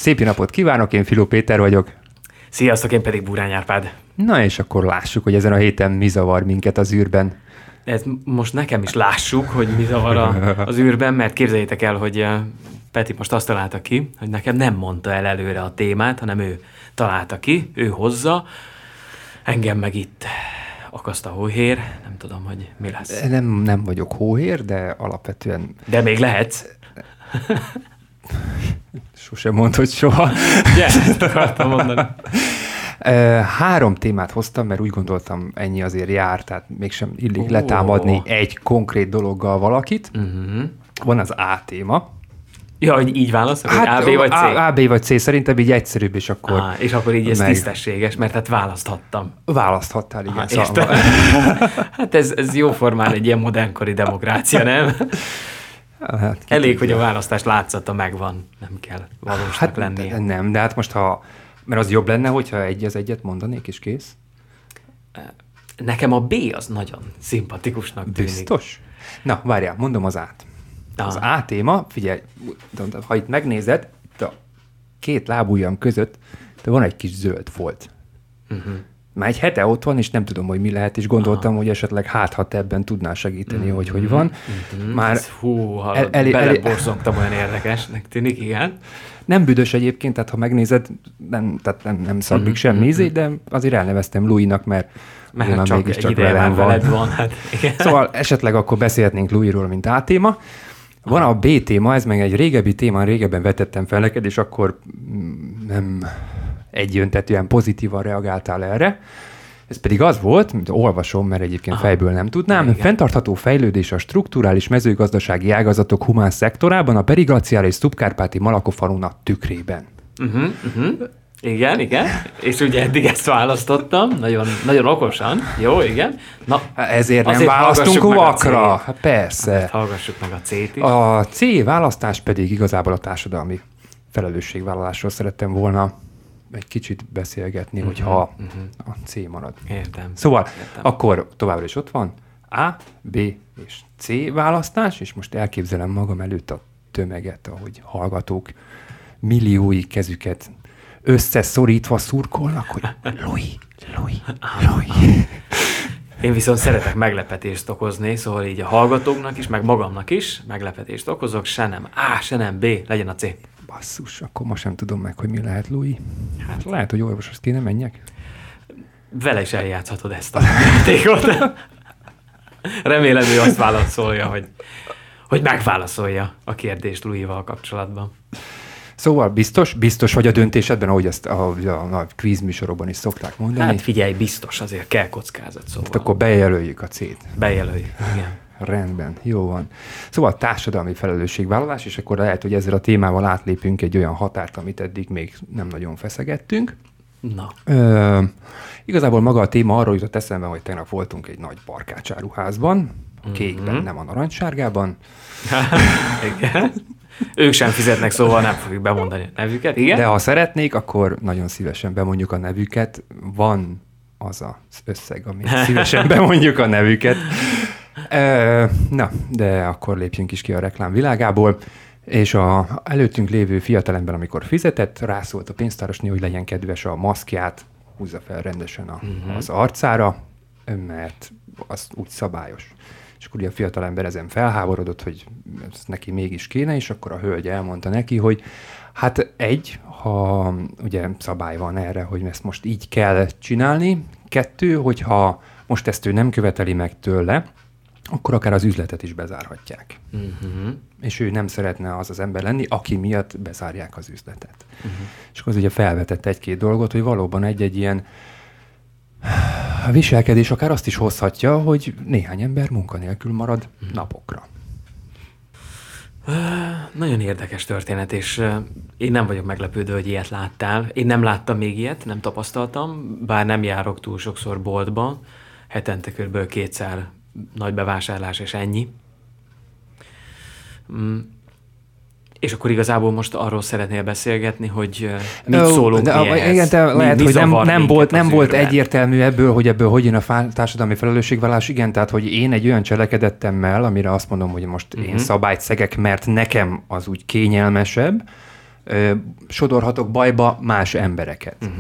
Szép napot kívánok, én Filó Péter vagyok. Sziasztok, én pedig Burány Árpád. Na és akkor lássuk, hogy ezen a héten mi zavar minket az űrben. Ez most nekem is lássuk, hogy mi zavar az űrben, mert képzeljétek el, hogy Peti most azt találta ki, hogy nekem nem mondta el előre a témát, hanem ő találta ki, ő hozza. Engem meg itt akaszt a hóhér, nem tudom, hogy mi lesz. Nem vagyok hóhér, de alapvetően... De még lehetsz. Sosem mondd, hogy soha. Ugye, ezt akartam mondani. 3 témát hoztam, mert úgy gondoltam, ennyi azért jár, tehát mégsem illik letámadni egy konkrét dologgal valakit. Van az A téma. Ja, hogy így válaszol, hogy A, B vagy C? A, B vagy C, szerintem így egyszerűbb, és akkor... És akkor így ez tisztességes, mert hát választhattam. Választhattál, igen. Szóval. Hát ez jóformán egy ilyen modernkori demokrácia, nem? Hát, elég, hogy a választás látszata megvan, nem kell valósnak lennie. Nem, de hát most mert az jobb lenne, hogyha egy az egyet mondanék, és kész? Nekem a B az nagyon szimpatikusnak tűnik. Biztos? Na, várjál, mondom az A-t. Az A téma, figyelj, ha itt megnézed, itt a 2 lábujjam között, de van egy kis zöld folt. Már egy hete ott van, és nem tudom, hogy mi lehet, és gondoltam, hogy esetleg ha te ebben tudnál segíteni, hogy van. Már beleborzongtam, olyan érdekesnek tűnik, igen. Nem büdös egyébként, tehát ha megnézed, nem szaklik semmi ízé, de azért elneveztem Louis-nak, mert csak egy ideje már veled van. Hát, szóval esetleg akkor beszélhetnénk Louis-ról, mint A téma. Van a B téma, ez meg egy régebbi téma, régebben vetettem fel neked, és akkor nem egyöntetően pozitívan reagáltál erre. Ez pedig az volt, mint olvasom, mert egyébként fejből nem tudnám, fenntartható fejlődés a strukturális mezőgazdasági ágazatok humán szektorában a periglaciális szubkárpáti Malakofauna tükrében. Igen. És ugye eddig ezt választottam, nagyon, nagyon okosan. Jó, igen. Na, ezért nem választunk vakra. Hát persze. Hát hallgassuk meg a C-t is. A C választás pedig igazából a társadalmi felelősségvállalásról szerettem volna egy kicsit beszélgetni, hogyha a C marad. Értem. Szóval akkor továbbra is ott van A, B és C választás, és most elképzelem magam előtt a tömeget, ahogy hallgatók milliói kezüket összeszorítva szurkolnak, hogy Louis. Én viszont szeretek meglepetést okozni, szóval így a hallgatóknak is, meg magamnak is meglepetést okozok, se nem A, se nem B, legyen a C. Basszus, akkor most nem tudom meg, hogy mi lehet, Louis. Hát lehet, hogy orvoshoz kéne menjek. Vele is eljátszhatod ezt a játékot. Remélem, ő azt válaszolja, hogy megválaszolja a kérdést Louis-val kapcsolatban. Szóval biztos vagy a döntésedben, ahogy ezt a kvíz műsorokban is szokták mondani? Hát figyelj, biztos, azért kell kockázat, szóval. Hát akkor bejelöljük a C-t. Bejelöljük, igen. Rendben, jó van. Szóval társadalmi felelősségvállalás, és akkor lehet, hogy ezzel a témával átlépünk egy olyan határt, amit eddig még nem nagyon feszegettünk. Na. Igazából maga a téma arról jutott eszembe, hogy tegnap voltunk egy nagy barkácsáruházban, a kékben, nem a narancssárgában. Igen. Ők sem fizetnek, szóval nem fogjuk bemondani a nevüket. Igen? De ha szeretnék, akkor nagyon szívesen bemondjuk a nevüket. Van az az összeg, amit szívesen bemondjuk a nevüket. Na, de akkor lépjünk is ki a reklám világából. És előttünk lévő fiatalember, amikor fizetett, rászólt a pénztárosné, hogy legyen kedves a maszkját, húzza fel rendesen az arcára, mert az úgy szabályos. És akkor ugye a fiatalember ezen felháborodott, hogy ez neki mégis kéne, és akkor a hölgy elmondta neki, hogy hát ha ugye szabály van erre, hogy ezt most így kell csinálni, 2, hogyha most ezt ő nem követeli meg tőle, akkor akár az üzletet is bezárhatják. És ő nem szeretne az ember lenni, aki miatt bezárják az üzletet. És akkor az ugye felvetett 1-2 dolgot, hogy valóban egy ilyen viselkedés akár azt is hozhatja, hogy néhány ember munkanélkül marad napokra. Nagyon érdekes történet, és én nem vagyok meglepődő, hogy ilyet láttál. Én nem láttam még ilyet, nem tapasztaltam, bár nem járok túl sokszor boltba, hetente kb. 2-szer nagy bevásárlás, és ennyi. És akkor igazából most arról szeretnél beszélgetni, hogy mit szólunk mi ehhez. Igen, de lehet, hogy nem volt egyértelmű ebből, hogy jön a társadalmi felelősségvállalás. Igen, tehát, hogy én egy olyan cselekedettemmel, amire azt mondom, hogy most én szabályt szegek, mert nekem az úgy kényelmesebb, sodorhatok bajba más embereket. Uh-huh.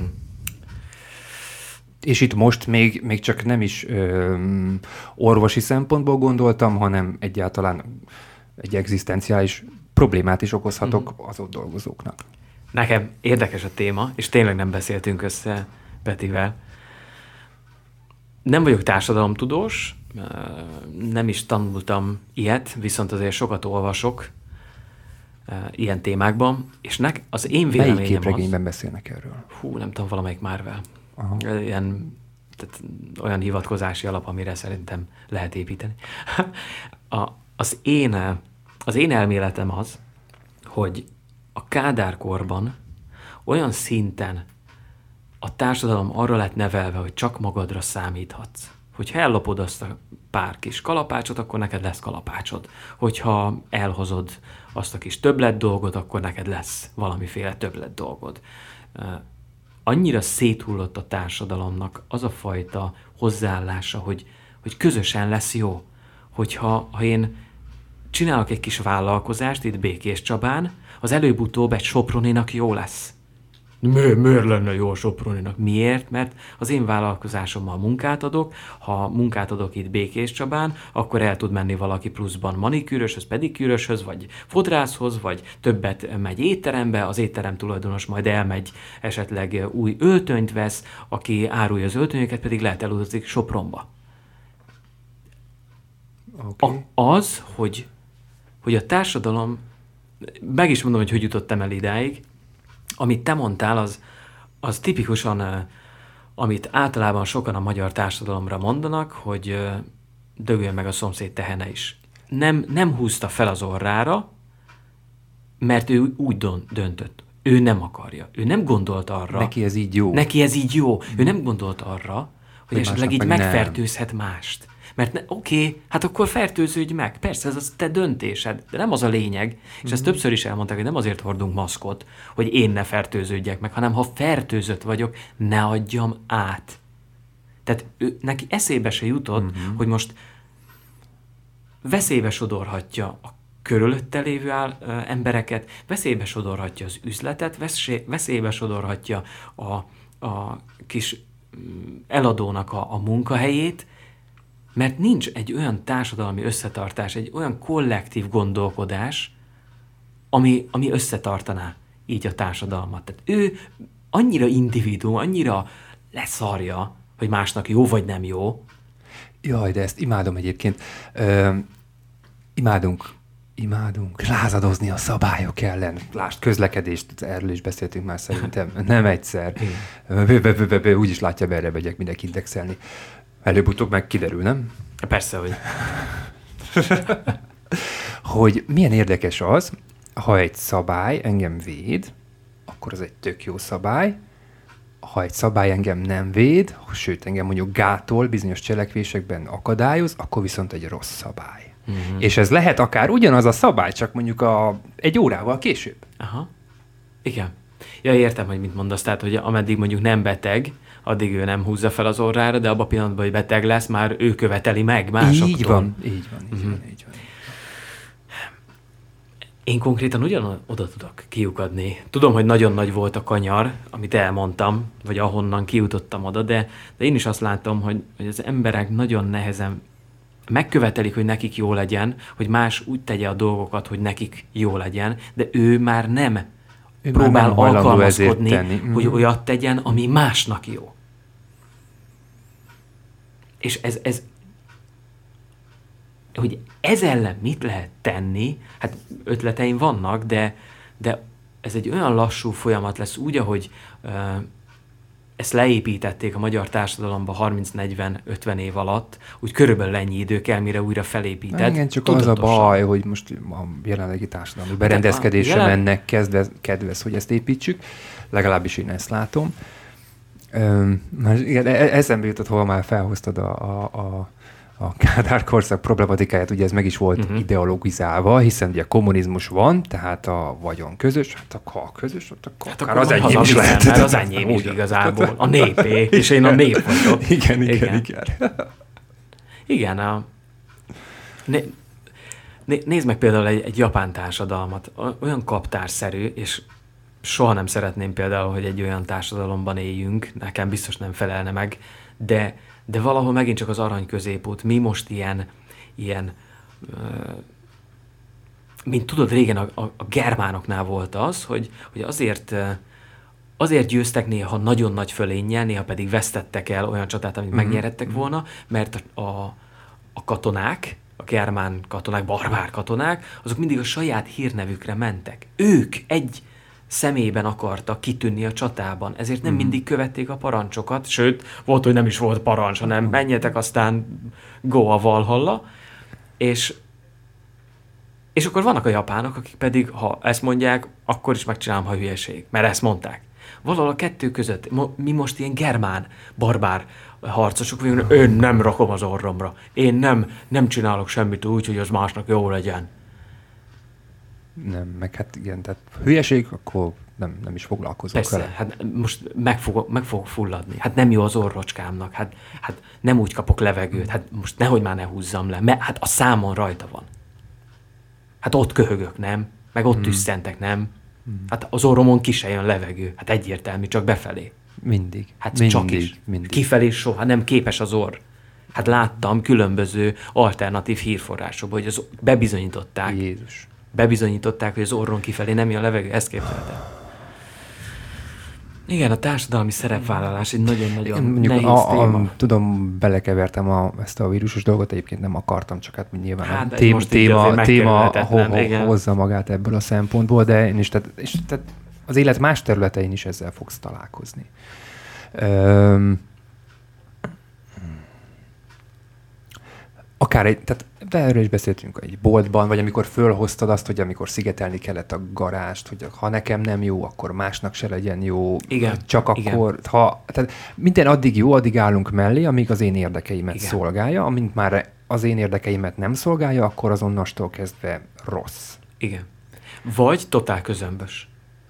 És itt most még csak nem is orvosi szempontból gondoltam, hanem egyáltalán egy egzisztenciális problémát is okozhatok az ott dolgozóknak. Nekem érdekes a téma, és tényleg nem beszéltünk össze Petivel. Nem vagyok társadalomtudós, nem is tanultam ilyet, viszont azért sokat olvasok ilyen témákban, és az én véleményem melyik képregényben beszélnek erről? Nem tudom, valamelyik Marvel. Ilyen, tehát olyan hivatkozási alap, amire szerintem lehet építeni. Az én elméletem az, hogy a Kádár korban olyan szinten a társadalom arra lett nevelve, hogy csak magadra számíthatsz. Hogyha ellopod azt a pár kis kalapácsot, akkor neked lesz kalapácsod. Hogyha elhozod azt a kis többlet dolgot, akkor neked lesz valamiféle többlet dolgod. Annyira széthullott a társadalomnak az a fajta hozzáállása, hogy közösen lesz jó. Ha én csinálok egy kis vállalkozást itt Békés Csabán, az előbb-utóbb egy Soproninak jó lesz. Miért lenne jó a Soproninak? Miért? Mert az én vállalkozásommal munkát adok, ha munkát adok itt Békés Csabán, akkor el tud menni valaki pluszban manikűröshöz, pedikűröshöz, vagy fodrászhoz, vagy többet megy étterembe, az étterem tulajdonos majd elmegy, esetleg új öltönyt vesz, aki árulja az öltönyöket, pedig lehet elutazik Sopronba. Okay. Hogy a társadalom, meg is mondom, hogy jutottam el idáig, amit te mondtál, az tipikusan, amit általában sokan a magyar társadalomra mondanak, hogy dögöljön meg a szomszéd tehene is. Nem húzta fel az orrára, mert ő úgy döntött. Ő nem akarja. Ő nem gondolt arra. Neki ez így jó. Ő nem gondolt arra, hogy esetleg így megfertőzhet mást. Mert oké, hát akkor fertőződj meg. Persze, ez a te döntésed, de nem az a lényeg. És ezt többször is elmondták, hogy nem azért hordunk maszkot, hogy én ne fertőződjek meg, hanem ha fertőzött vagyok, ne adjam át. Tehát neki eszébe se jutott, hogy most veszélybe sodorhatja a körülötte lévő embereket, veszélybe sodorhatja az üzletet, veszélybe sodorhatja a kis eladónak a munkahelyét, mert nincs egy olyan társadalmi összetartás, egy olyan kollektív gondolkodás, ami összetartaná így a társadalmat. Tehát ő annyira individuum, annyira leszarja, hogy másnak jó vagy nem jó. Jaj, de ezt imádom egyébként. Imádunk lázadozni a szabályok ellen. Lásd, közlekedést, erről is beszéltünk már szerintem. Nem egyszer. Úgyis látja, be erre megyek mindek indexelni. Előbb-utóbb meg kiderül, nem? Persze, hogy. Hogy milyen érdekes az, ha egy szabály engem véd, akkor az egy tök jó szabály. Ha egy szabály engem nem véd, sőt engem mondjuk gátol, bizonyos cselekvésekben akadályoz, akkor viszont egy rossz szabály. Uh-huh. És ez lehet akár ugyanaz a szabály, csak mondjuk egy órával később. Aha. Igen. Ja, értem, hogy mit mondasz. Tehát, hogy ameddig mondjuk nem beteg, addig ő nem húzza fel az orrára, de abban a pillanatban, hogy beteg lesz, már ő követeli meg másoktól. Így van. Én konkrétan oda tudok kiukadni. Tudom, hogy nagyon nagy volt a kanyar, amit elmondtam, vagy ahonnan kijutottam oda, de én is azt látom, hogy az emberek nagyon nehezen megkövetelik, hogy nekik jó legyen, hogy más úgy tegye a dolgokat, hogy nekik jó legyen, de ő már nem próbál alkalmazkodni, hogy olyat tegyen, ami másnak jó. És ez hogy ez ellen mit lehet tenni, hát ötleteim vannak, de ez egy olyan lassú folyamat lesz úgy, ahogy ezt leépítették a magyar társadalomba 30-40-50 év alatt, úgy körülbelül ennyi idő kell, mire újra felépíted. Igen, csak tudatosan. Az a baj, hogy most a jelenlegi társadalmi berendezkedésre mennek kedvez, hogy ezt építsük. Legalábbis én ezt látom. Igen, eszembe jutott, hol már felhoztad a Kádár korszak problematikáját, ugye ez meg is volt ideologizálva, hiszen ugye kommunizmus van, tehát a vagyon közös, hát ha közös, akkor akár az enyém is lehet. Mert az enyém is igazából, a népé, és én a nép vagyok. Igen. Igen, nézd meg például egy japán társadalmat, olyan kaptárszerű, és soha nem szeretném például, hogy egy olyan társadalomban éljünk, nekem biztos nem felelne meg, de valahol megint csak az arany középút. Mi most ilyen mint tudod, régen a germánoknál volt az, hogy azért győztek néha nagyon nagy fölénnyel, néha pedig vesztettek el olyan csatát, amit megnyerettek volna, mert a katonák, a germán katonák, barbár katonák, azok mindig a saját hírnevükre mentek. Ők egy személyben akartak kitűnni a csatában, ezért nem mindig követték a parancsokat, sőt, volt, hogy nem is volt parancs, hanem menjetek, aztán go a Valhalla, és akkor vannak a japánok, akik pedig, ha ezt mondják, akkor is megcsinálom, ha hülyeség, mert ezt mondták. Valahol a kettő között, mi most ilyen germán, barbár harcosok vagyunk, én nem rakom az orromra, én nem csinálok semmit úgy, hogy az másnak jó legyen. Nem, meg hát igen, tehát hülyeség, akkor nem is foglalkozok vele. Persze, hát most meg fogok fulladni. Hát nem jó az orrocskámnak, hát nem úgy kapok levegőt, hát most nehogy már ne húzzam le, mert hát a számon rajta van. Hát ott köhögök, nem? Meg ott tüsszentek, nem? Hát az orromon ki se jön levegő. Hát egyértelmű, csak befelé. Mindig. Hát mindig, csak is. Mindig. Kifelé soha nem képes az orr. Hát láttam különböző alternatív hírforrásokból, hogy bebizonyították. Jézus. Bebizonyították, hogy az orron kifelé nem jön levegő. Ezt képzeltem. Igen, a társadalmi szerepvállalás egy nagyon-nagyon nehéz téma. Tudom, belekevertem ezt a vírusos dolgot, egyébként nem akartam, csak hát nyilván a téma hozza magát ebből a szempontból, de én is, tehát az élet más területein is ezzel fogsz találkozni. Akár de erről is beszéltünk egy boltban, vagy amikor fölhoztad azt, hogy amikor szigetelni kellett a garást, hogy ha nekem nem jó, akkor másnak se legyen jó. Igen. Csak akkor, tehát minden addig jó, addig állunk mellé, amíg az én érdekeimet szolgálja, amint már az én érdekeimet nem szolgálja, akkor azonnastól kezdve rossz. Igen. Vagy totál közömbös.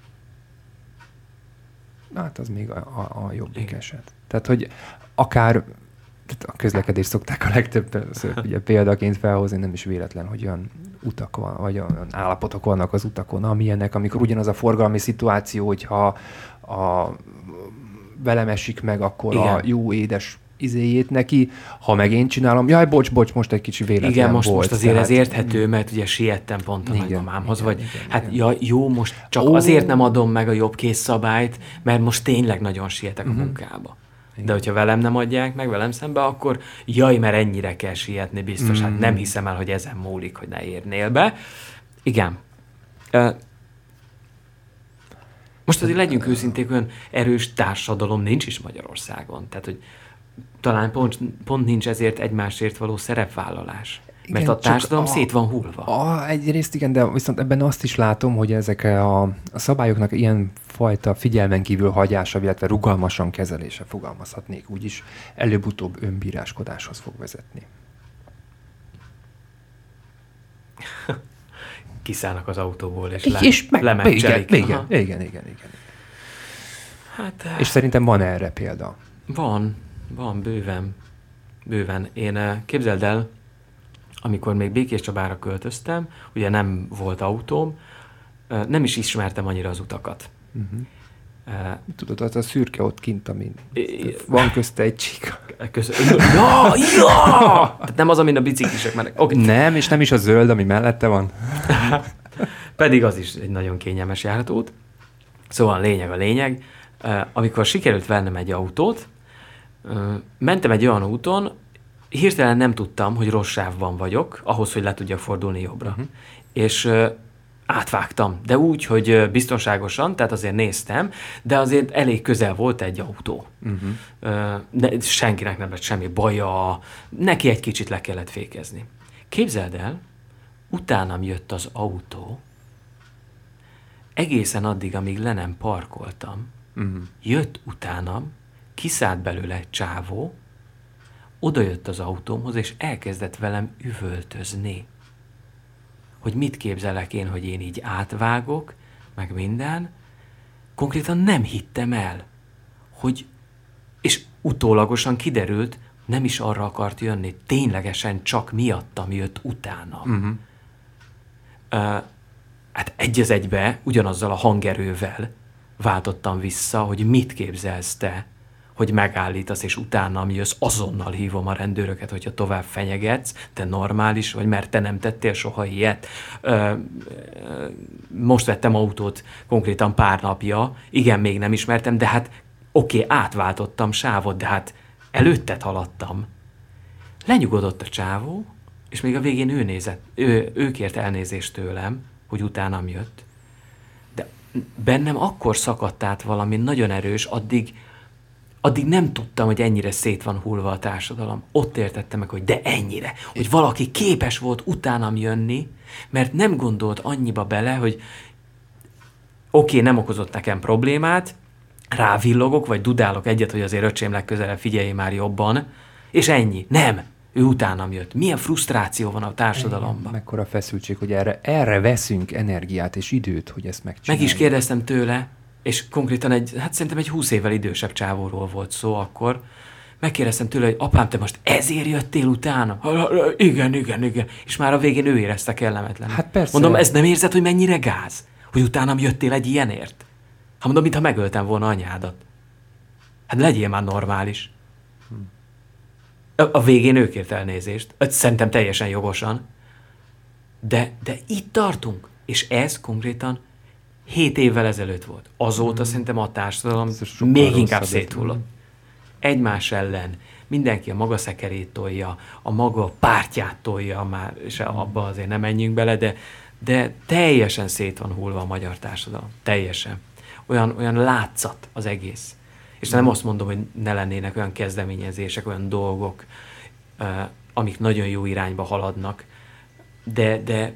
Hát az még a jobbik eset. Tehát, hogy akár a közlekedést szokták a legtöbb ugye, példaként felhozni, nem is véletlen, hogy olyan utak van, vagy olyan állapotok vannak az utakon, amilyenek, amikor ugyanaz a forgalmi szituáció, hogyha velem esik meg, akkor a jó édes izéjét neki, ha meg én csinálom, jaj, bocs, most egy kicsi véletlen igen, volt. most azért ez érthető, mert ugye siettem pont a nagymamámhoz, vagy jó, most csak azért nem adom meg a jobb kész szabályt, mert most tényleg nagyon sietek a munkába. De hogyha velem nem adják meg, velem szembe, akkor mert ennyire kell sietni biztos, hát nem hiszem el, hogy ezen múlik, hogy ne érnél be. Igen. Most azért legyünk őszinték, olyan erős társadalom nincs is Magyarországon. Tehát, hogy talán pont nincs ezért egymásért való szerepvállalás. Igen, mert a társadalom szét van hullva. Egyrészt igen, de viszont ebben azt is látom, hogy ezek a szabályoknak ilyen fajta figyelmen kívül hagyása, illetve rugalmasan kezelése, fogalmazhatnék úgyis, előbb-utóbb önbíráskodáshoz fog vezetni. Kiszállnak az autóból, és lemecselik. Igen. Hát, és szerintem van erre példa. Van, bőven. Én képzeld el, amikor még Békéscsabára költöztem, ugye nem volt autóm, nem is ismertem annyira az utakat. Tudod, az a szürke ott kint, amin van közte egy csík. Ja! Tehát nem az, amin a biciklisek mennek. Okay. Nem, és nem is a zöld, ami mellette van. Pedig az is egy nagyon kényelmes járatút. Szóval a lényeg. Amikor sikerült vennem egy autót, mentem egy olyan úton, hirtelen nem tudtam, hogy rossz sávban vagyok, ahhoz, hogy le tudjak fordulni jobbra. És átvágtam, de úgy, hogy biztonságosan, tehát azért néztem, de azért elég közel volt egy autó. De senkinek nem lett semmi baja, neki egy kicsit le kellett fékezni. Képzeld el, utánam jött az autó, egészen addig, amíg le nem parkoltam, jött utánam, kiszállt belőle egy csávó, odajött az autómhoz, és elkezdett velem üvöltözni. Hogy mit képzelek én, hogy én így átvágok, meg minden. Konkrétan nem hittem el, hogy... És utólagosan kiderült, nem is arra akart jönni, ténylegesen csak miattam jött utánam. Hát egy az egybe, ugyanazzal a hangerővel váltottam vissza, hogy mit képzelsz te, hogy megállítasz, és utánam jössz, azonnal hívom a rendőröket, hogyha tovább fenyegetsz, te normális vagy, mert te nem tettél soha ilyet. Most vettem autót konkrétan pár napja, igen, még nem ismertem, de hát oké, átváltottam sávot, de hát előtted haladtam. Lenyugodott a csávó, és még a végén ő kért elnézést tőlem, hogy utánam jött. De bennem akkor szakadt át valami nagyon erős, addig nem tudtam, hogy ennyire szét van hullva a társadalom. Ott értettem meg, hogy de ennyire, hogy valaki képes volt utánam jönni, mert nem gondolt annyiba bele, hogy oké, nem okozott nekem problémát, rávillogok, vagy dudálok egyet, hogy azért öcsém legközelebb figyelj már jobban, és ennyi. Nem. Ő utánam jött. Milyen frusztráció van a társadalomban. Mekkora feszültség, hogy erre veszünk energiát és időt, hogy ezt megcsináljuk. Meg is kérdeztem tőle, és konkrétan szerintem egy 20 évvel idősebb csávóról volt szó akkor. Megkérdeztem tőle, hogy apám, te most ezért jöttél utána? Igen. És már a végén ő érezte kellemetlen. Hát persze. Mondom, ez nem érzed, hogy mennyire gáz? Hogy utánam jöttél egy ilyenért? Hát mondom, mintha megöltem volna anyádat. Hát legyél már normális. A végén ő kért elnézést. Szerintem teljesen jogosan. De itt tartunk. És ez konkrétan 7 évvel ezelőtt volt. Azóta szerintem a társadalom még inkább széthullott. Egymás ellen. Mindenki a maga szekerét tolja, a maga pártját tolja már, és abba azért nem menjünk bele, de teljesen szét van hullva a magyar társadalom. Teljesen. Olyan látszat az egész. És nem azt mondom, hogy ne lennének olyan kezdeményezések, olyan dolgok, amik nagyon jó irányba haladnak, de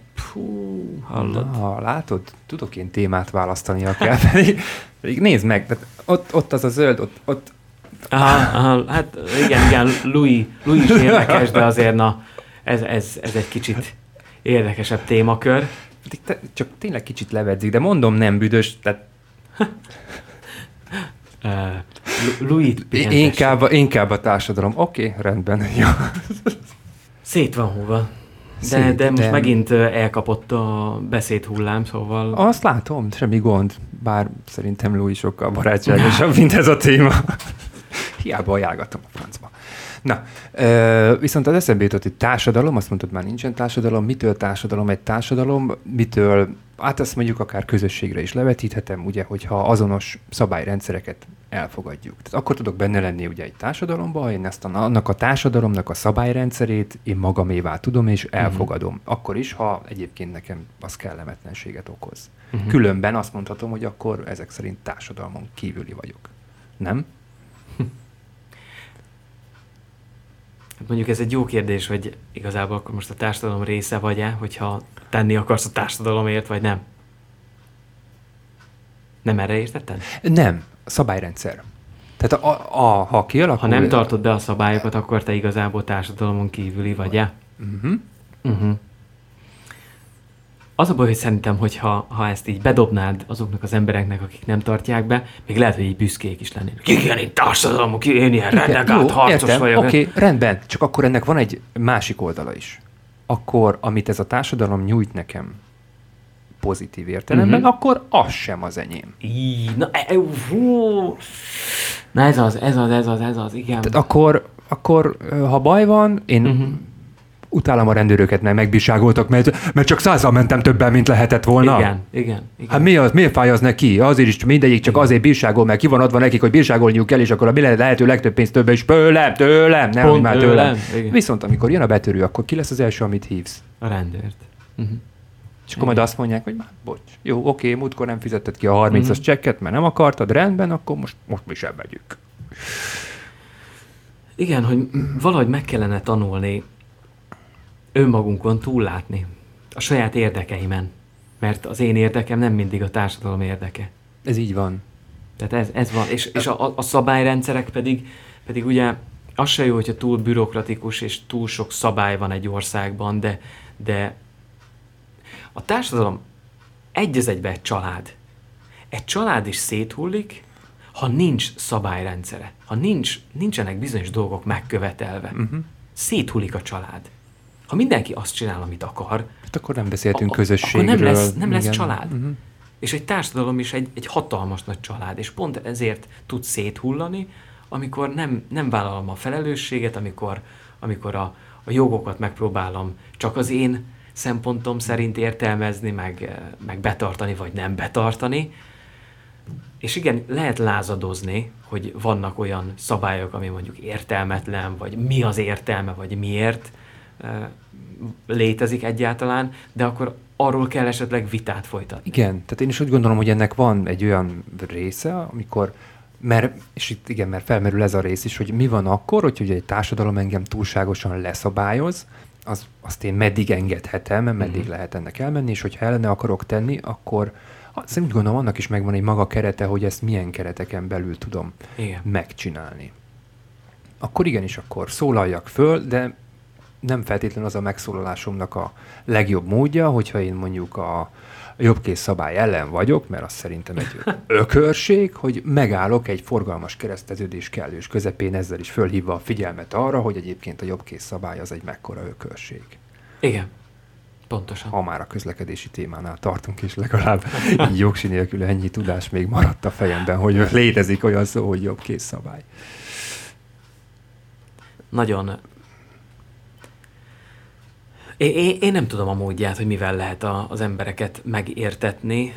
látod, tudok én témát választani, akár pedig nézd meg, ott az a zöld, ott. Hát igen, Louis is érdekes, de azért ez egy kicsit érdekesebb témakör. Csak tényleg kicsit levedzik, de mondom, nem büdös, tehát... Louis inkább a társadalom. Oké, rendben. Ja. Szét van húva. De most megint elkapott a beszédhullám, szóval... Azt látom, semmi gond. Bár szerintem Louis sokkal barátságosabb, mint ez a téma. Hiába ajánlgatom a francba. Na, viszont az eszembe jutott, hogy társadalom, azt mondtad, már nincsen társadalom. Mitől társadalom egy társadalom? Mitől, hát azt mondjuk akár közösségre is levetíthetem, ugye, hogyha azonos szabályrendszereket elfogadjuk. Tehát akkor tudok benne lenni ugye egy társadalomban, én annak a társadalomnak a szabályrendszerét én magamévá tudom és elfogadom. Akkor is, ha egyébként nekem az kellemetlenséget okoz. Különben azt mondhatom, hogy akkor ezek szerint társadalmon kívüli vagyok. Nem? Mondjuk ez egy jó kérdés, hogy igazából akkor most a társadalom része vagy-e, hogyha tenni akarsz a társadalomért, vagy nem? Nem erre értetted? Nem, a szabályrendszer. Tehát ha kialakul... Ha nem tartod be a szabályokat, akkor te igazából társadalomon kívüli vagy-e? Az a baj, hogy szerintem, hogy ha ezt így bedobnád azoknak az embereknek, akik nem tartják be, még lehet, hogy így büszkék is lennének. Igen, én társadalmok, én ilyen renegált harcos vagyok. Oké, rendben, csak akkor ennek van egy másik oldala is. Akkor, amit ez a társadalom nyújt nekem pozitív értelemben, akkor az sem az enyém. Na ez az, igen. Tehát akkor ha baj van, én... Utálom a rendőröket, mert megbírságoltak, mert csak 100-al mentem többen, mint lehetett volna. Igen. Hát miért fáj az neki? Azért is mindegyik csak azért bírságol, mert ki van adva nekik, hogy bírságolniuk kell, és akkor a lehető legtöbb pénzt többen is tőlem, nem már tőlem. Viszont amikor jön a betörő, akkor ki lesz az első, amit hívsz? A rendőrt. És akkor majd azt mondják, hogy már bocs, jó, oké, múltkor nem fizetted ki a 30-as csekket, mert nem akartad, rendben, akkor most mi sem megyünk. Igen, hogy valahogy meg kellene tanulni önmagunkon túllátni, a saját érdekeimen, mert az én érdekem nem mindig a társadalom érdeke. Ez így van. Tehát ez van, és a szabályrendszerek pedig ugye az se jó, hogyha túl bürokratikus és túl sok szabály van egy országban, de a társadalom egy az egybe egy család. Egy család is széthullik, ha nincs szabályrendszere, ha nincsenek bizonyos dolgok megkövetelve. Széthullik a család. Ha mindenki azt csinál, amit akar, hát akkor nem beszéltünk közösségről. Akkor nem lesz család. És egy társadalom is egy hatalmas nagy család, és pont ezért tud széthullani, amikor nem vállalom a felelősséget, amikor a jogokat megpróbálom csak az én szempontom szerint értelmezni, meg betartani, vagy nem betartani. És igen, lehet lázadozni, hogy vannak olyan szabályok, ami mondjuk értelmetlen, vagy mi az értelme, vagy miért létezik egyáltalán, de akkor arról kell esetleg vitát folytatni. Igen, tehát én is úgy gondolom, hogy ennek van egy olyan része, amikor, és itt igen, mert felmerül ez a rész is, hogy mi van akkor, hogy egy társadalom engem túlságosan leszabályoz, azt én meddig engedhetem, meddig lehet ennek elmenni, és hogyha ellene akarok tenni, akkor úgy gondolom, annak is megvan egy maga kerete, hogy ezt milyen kereteken belül tudom megcsinálni. Akkor igenis, akkor szólaljak föl, de nem feltétlenül az a megszólalásomnak a legjobb módja, hogyha én mondjuk a jobbkész szabály ellen vagyok, mert az szerintem egy ökörség, hogy megállok egy forgalmas kereszteződés kellős közepén, ezzel is fölhívva a figyelmet arra, hogy egyébként a jobbkész szabály az egy mekkora ökörség. Igen, pontosan. Ha már a közlekedési témánál tartunk, és legalább jogsi nélkül ennyi tudás még maradt a fejemben, hogy létezik olyan szó, hogy jobbkész szabály. Nagyon... Én nem tudom a módját, hogy mivel lehet az embereket megértetni.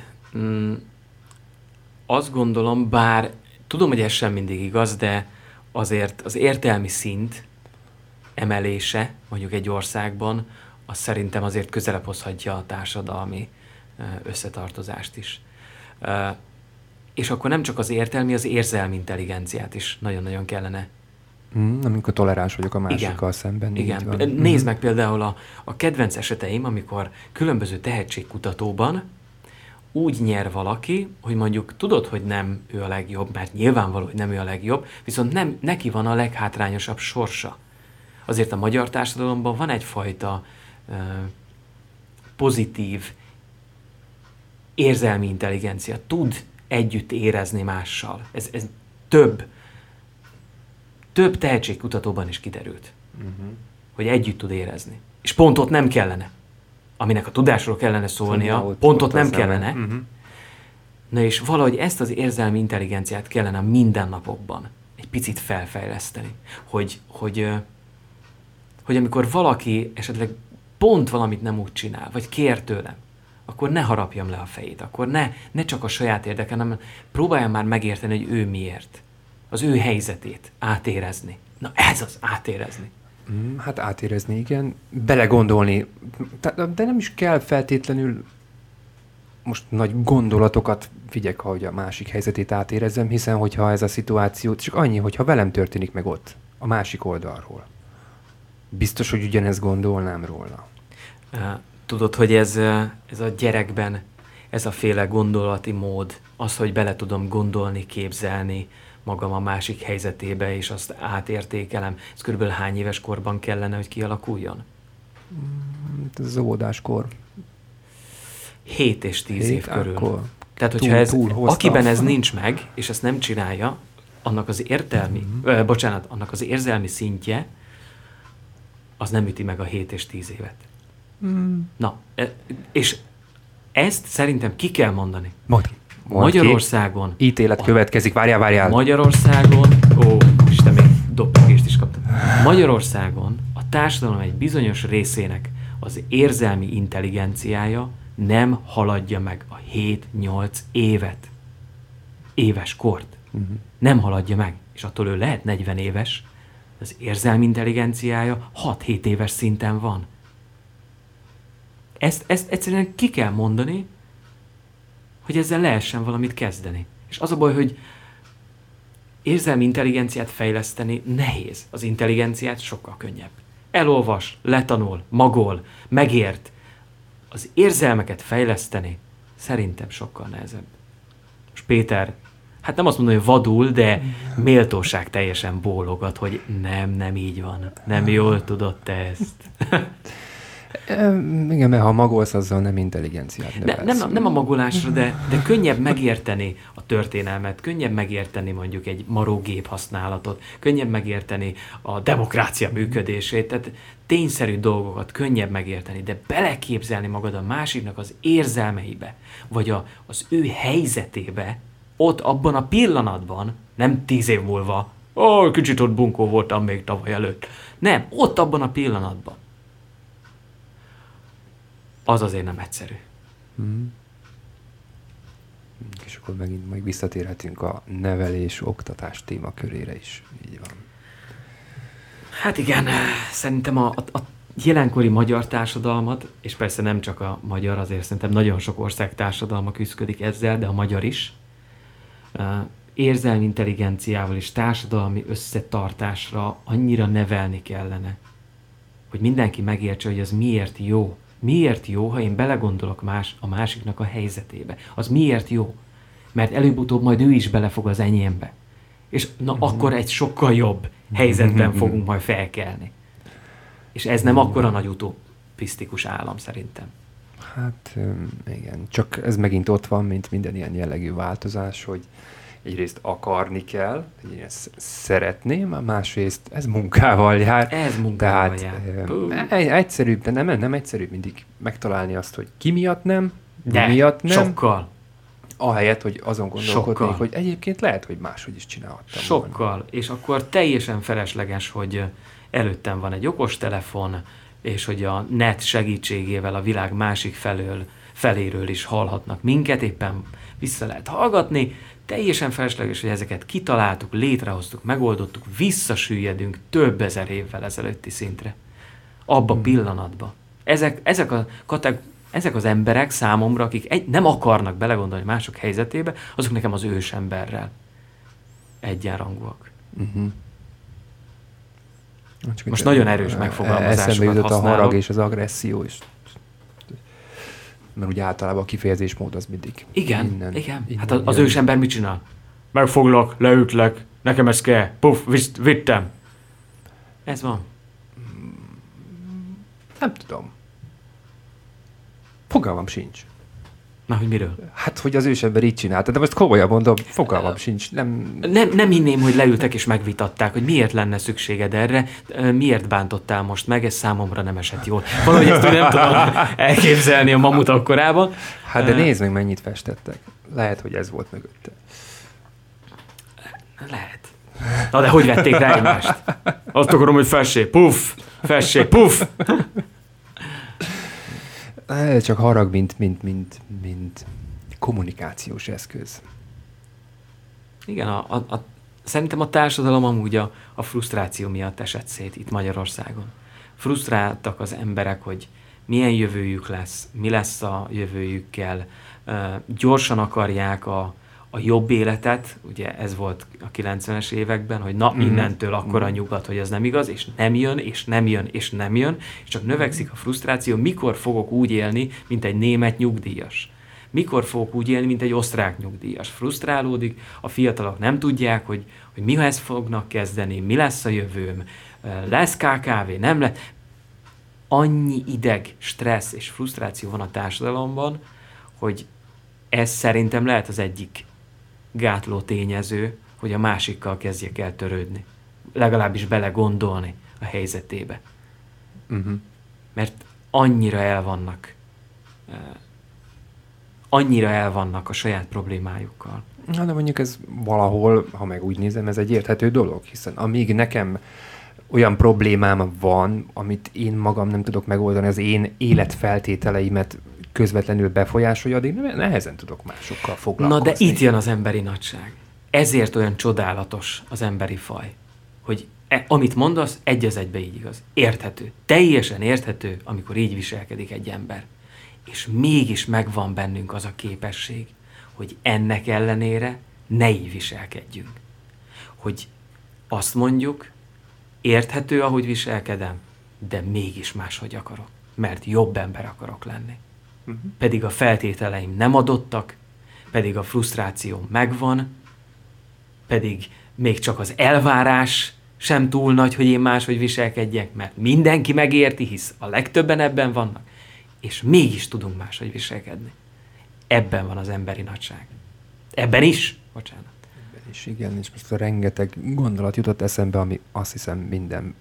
Azt gondolom, bár tudom, hogy ez sem mindig igaz, de azért az értelmi szint emelése mondjuk egy országban, az szerintem azért közelebb hozhatja a társadalmi összetartozást is. És akkor nem csak az értelmi, az érzelmi intelligenciát is nagyon-nagyon kellene. Amikor toleráns vagyok a másikkal szemben. Igen. Nézd meg például a kedvenc eseteim, amikor különböző tehetségkutatóban úgy nyer valaki, hogy mondjuk tudod, hogy nem ő a legjobb, mert nyilvánvaló, hogy nem ő a legjobb, viszont neki van a leghátrányosabb sorsa. Azért a magyar társadalomban van egyfajta pozitív érzelmi intelligencia, tud együtt érezni mással. Ez több tehetségkutatóban is kiderült, hogy együtt tud érezni. És pont ott nem kellene. Aminek a tudásról kellene szólnia, pont ott nem kellene. Na és valahogy ezt az érzelmi intelligenciát kellene a mindennapokban egy picit felfejleszteni. Hogy amikor valaki esetleg pont valamit nem úgy csinál, vagy kér tőlem, akkor ne harapjam le a fejét, akkor ne csak a saját érdeke, hanem próbáljam már megérteni, hogy ő miért. Az ő helyzetét átérezni. Na ez az átérezni. Hát átérezni, igen. Belegondolni. De nem is kell feltétlenül most nagy gondolatokat vigyek, hogy a másik helyzetét átérezzem, hiszen hogyha ez a szituáció, csak annyi, hogyha velem történik meg ott, a másik oldalról. Biztos, hogy ugyanezt gondolnám róla. Tudod, hogy ez a gyerekben, ez a féle gondolati mód, az, hogy bele tudom gondolni, képzelni magam a másik helyzetébe, és azt átértékelem. Ez körülbelül hány éves korban kellene, hogy kialakuljon? Ez az óvodáskor. 7 és 10 év körül. Akkor tehát, hogyha akiben ez nincs meg, és ezt nem csinálja, annak az annak az érzelmi szintje, az nem üti meg a 7 és 10 évet. Na, és ezt szerintem ki kell mondani. Magyarországon... Ítélet következik, várjál. Magyarországon... Isten, még doppelgést is kaptam. Magyarországon a társadalom egy bizonyos részének az érzelmi intelligenciája nem haladja meg a 7-8 éves kort. Nem haladja meg. És attól ő lehet 40 éves, az érzelmi intelligenciája 6-7 éves szinten van. Ezt egyszerűen ki kell mondani, hogy ezzel lehessen valamit kezdeni. És az a baj, hogy érzelmi intelligenciát fejleszteni nehéz. Az intelligenciát sokkal könnyebb. Elolvas, letanul, magol, megért. Az érzelmeket fejleszteni szerintem sokkal nehezebb. És Péter, hát nem azt mondom, hogy vadul, de méltóság teljesen bólogat, hogy nem így van. Nem jól tudod te ezt. Igen, mert ha magolsz, azzal nem intelligenciát növelsz. Nem a magolásra, de könnyebb megérteni a történelmet, könnyebb megérteni mondjuk egy maró gép használatot, könnyebb megérteni a demokrácia működését, tehát tényszerű dolgokat könnyebb megérteni, de beleképzelni magad a másiknak az érzelmeibe, vagy az ő helyzetébe, ott abban a pillanatban, nem 10 év múlva, kicsit ott bunkó voltam még tavaly előtt. Nem, ott abban a pillanatban. Az azért nem egyszerű. És akkor megint majd visszatérhetünk a nevelés, oktatás témakörére is. Így van. Hát igen, szerintem a jelenkori magyar társadalmat, és persze nem csak a magyar, azért szerintem nagyon sok ország társadalma küszködik ezzel, de a magyar is, érzelmi intelligenciával és társadalmi összetartásra annyira nevelni kellene, hogy mindenki megértse, hogy az miért jó. Miért jó, ha én belegondolok a másiknak a helyzetébe? Az miért jó? Mert előbb-utóbb majd ő is belefog az enyémbe. És akkor egy sokkal jobb helyzetben fogunk majd felkelni. És ez nem akkora nagy utopisztikus állam szerintem. Hát igen, csak ez megint ott van, mint minden ilyen jellegű változás, hogy egyrészt akarni kell, hogy én ezt szeretném, másrészt ez munkával jár. Ez munkával jár. Egyszerűbb, de nem egyszerűbb mindig megtalálni azt, hogy ki miatt nem, de miatt nem. Sokkal. Ahelyett, hogy azon gondolkodnék, hogy egyébként lehet, hogy máshogy is csinálhattam Sokkal. volna. És akkor teljesen felesleges, hogy előttem van egy okostelefon, és hogy a net segítségével a világ másik feléről is hallhatnak minket, éppen vissza lehet hallgatni. Teljesen felesleges, hogy ezeket kitaláltuk, létrehoztuk, megoldottuk, visszasüllyedünk több ezer évvel ezelőtti szintre. Abba pillanatban. Ezek az emberek számomra, akik nem akarnak belegondolni mások helyzetébe, azok nekem az ősemberrel egyenrangúak. Most nagyon erős megfogalmazásokat eszembe jutott használok. a harag és az agresszió is. Mert ugye általában a kifejezésmód az mindig. Igen, innen hát az ősember mit csinál? Megfoglak, leütlek, nekem ez kell, puff, vittem. Ez van. Nem tudom. Fogalmam sincs. Na, hogy miről? Hát, hogy az ősember így csinálta, de most komolyan mondom, fogalmam sincs. Nem hinném, hogy leültek és megvitatták, hogy miért lenne szükséged erre, miért bántottál most meg, ez számomra nem esett jól. Valahogy ezt nem tudom elképzelni a mamut akkorában. Hát de nézd meg, mennyit festettek. Lehet, hogy ez volt mögötte. Lehet. Na de hogy vették rá egymást? Azt akarom, hogy fessé, puff, Csak harag, mint kommunikációs eszköz. Igen, szerintem a társadalom amúgy a frusztráció miatt esett szét itt Magyarországon. Frusztráltak az emberek, hogy milyen jövőjük lesz, mi lesz a jövőjükkel, gyorsan akarják a jobb életet, ugye ez volt a 90-es években, hogy innentől akkora nyugat, hogy ez nem igaz, és nem jön, és csak növekszik a frusztráció, mikor fogok úgy élni, mint egy német nyugdíjas. Mikor fogok úgy élni, mint egy osztrák nyugdíjas. Frusztrálódik, a fiatalok nem tudják, hogy mihez fognak kezdeni, mi lesz a jövőm, lesz KKV, nem lesz. Annyi ideg, stressz és frusztráció van a társadalomban, hogy ez szerintem lehet az egyik gátló tényező, hogy a másikkal kezdjek el törődni. Legalábbis belegondolni a helyzetébe. Mert annyira el vannak a saját problémájukkal. Na, de mondjuk ez valahol, ha meg úgy nézem, ez egy érthető dolog, hiszen amíg nekem olyan problémám van, amit én magam nem tudok megoldani, az én életfeltételeimet közvetlenül befolyásolja, addig nehezen tudok másokkal foglalkozni. Na de itt jön az emberi nagyság. Ezért olyan csodálatos az emberi faj, hogy amit mondasz, egy az egybe így igaz. Érthető. Teljesen érthető, amikor így viselkedik egy ember. És mégis megvan bennünk az a képesség, hogy ennek ellenére ne így viselkedjünk. Hogy azt mondjuk, érthető, ahogy viselkedem, de mégis máshogy akarok, mert jobb ember akarok lenni. Pedig a feltételeim nem adottak, pedig a frusztráció megvan, pedig még csak az elvárás sem túl nagy, hogy én máshogy viselkedjek, mert mindenki megérti, hisz a legtöbben ebben vannak, és mégis tudunk máshogy viselkedni. Ebben van az emberi nagyság. Ebben is, bocsánat. Ebben is, igen, és most a rengeteg gondolat jutott eszembe, ami azt hiszem minden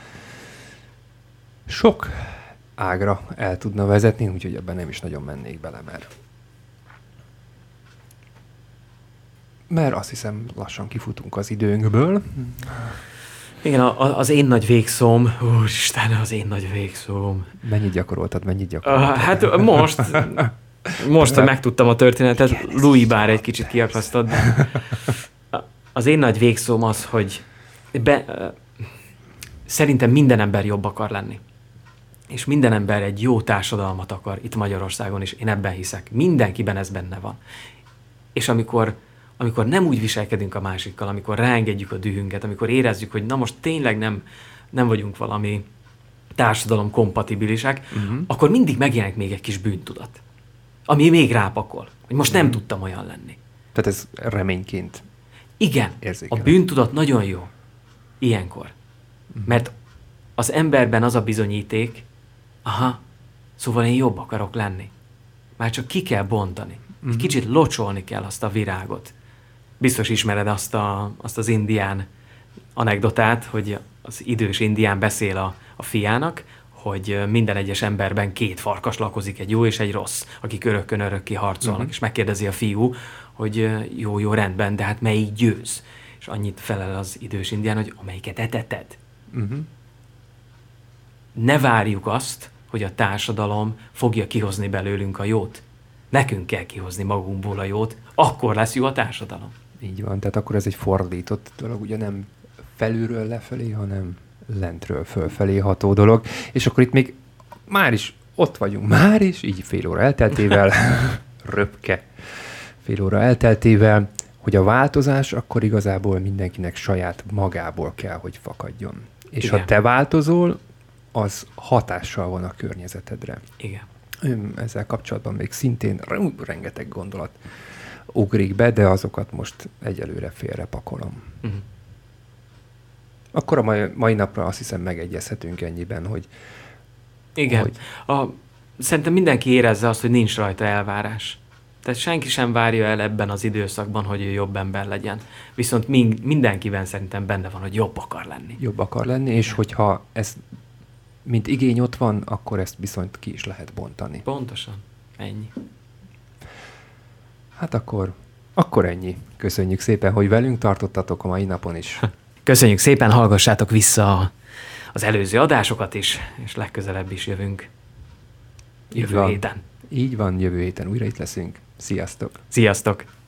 sok ágra el tudna vezetni, úgyhogy ebben nem is nagyon mennék bele, mert azt hiszem lassan kifutunk az időnkből. Igen, az én nagy végszóm, úristen, az én nagy végszóm. Mennyit gyakoroltad? Hát most megtudtam a történetet, Louis bár egy kicsit kiakasztod. Az én nagy végszóm az, hogy szerintem minden ember jobb akar lenni. És minden ember egy jó társadalmat akar itt Magyarországon, és én ebben hiszek. Mindenkiben ez benne van. És amikor nem úgy viselkedünk a másikkal, amikor ráengedjük a dühünket, amikor érezzük, hogy na most tényleg nem vagyunk valami társadalom kompatibilisek, akkor mindig megjelenik még egy kis bűntudat, ami még rápakol, hogy most nem tudtam olyan lenni. Tehát ez reményként igen, érzékel. A bűntudat nagyon jó ilyenkor. Mert az emberben az a bizonyíték, szóval én jobb akarok lenni. Már csak ki kell bontani. Egy kicsit locsolni kell azt a virágot. Biztos ismered azt az indián anekdotát, hogy az idős indián beszél a fiának, hogy minden egyes emberben 2 farkas lakozik, egy jó és egy rossz, akik örökkön-örökké harcolnak, és megkérdezi a fiú, hogy jó, rendben, de hát melyik győz? És annyit felel az idős indián, hogy amelyiket eteted. Ne várjuk azt, hogy a társadalom fogja kihozni belőlünk a jót. Nekünk kell kihozni magunkból a jót, akkor lesz jó a társadalom. Így van, tehát akkor ez egy fordított dolog, ugye nem felülről lefelé, hanem lentről fölfelé ható dolog. És akkor itt még már is ott vagyunk, így fél óra elteltével, röpke fél óra elteltével, hogy a változás akkor igazából mindenkinek saját magából kell, hogy fakadjon. És igen. Ha te változol, az hatással van a környezetedre. Igen. Ezzel kapcsolatban még szintén rengeteg gondolat ugrik be, de azokat most egyelőre félre pakolom. Akkor a mai napra azt hiszem megegyezhetünk ennyiben, hogy... Igen. Szerintem mindenki érezze azt, hogy nincs rajta elvárás. Tehát senki sem várja el ebben az időszakban, hogy ő jobb ember legyen. Viszont mindenkiben szerintem benne van, hogy jobb akar lenni. Jobb akar lenni, és hogyha ez mint igény ott van, akkor ezt viszont ki is lehet bontani. Pontosan. Ennyi. Hát akkor ennyi. Köszönjük szépen, hogy velünk tartottatok a mai napon is. Köszönjük szépen, hallgassátok vissza az előző adásokat is, és legközelebb is jövünk. Jövő héten. Így van, jövő héten újra itt leszünk. Sziasztok! Sziasztok!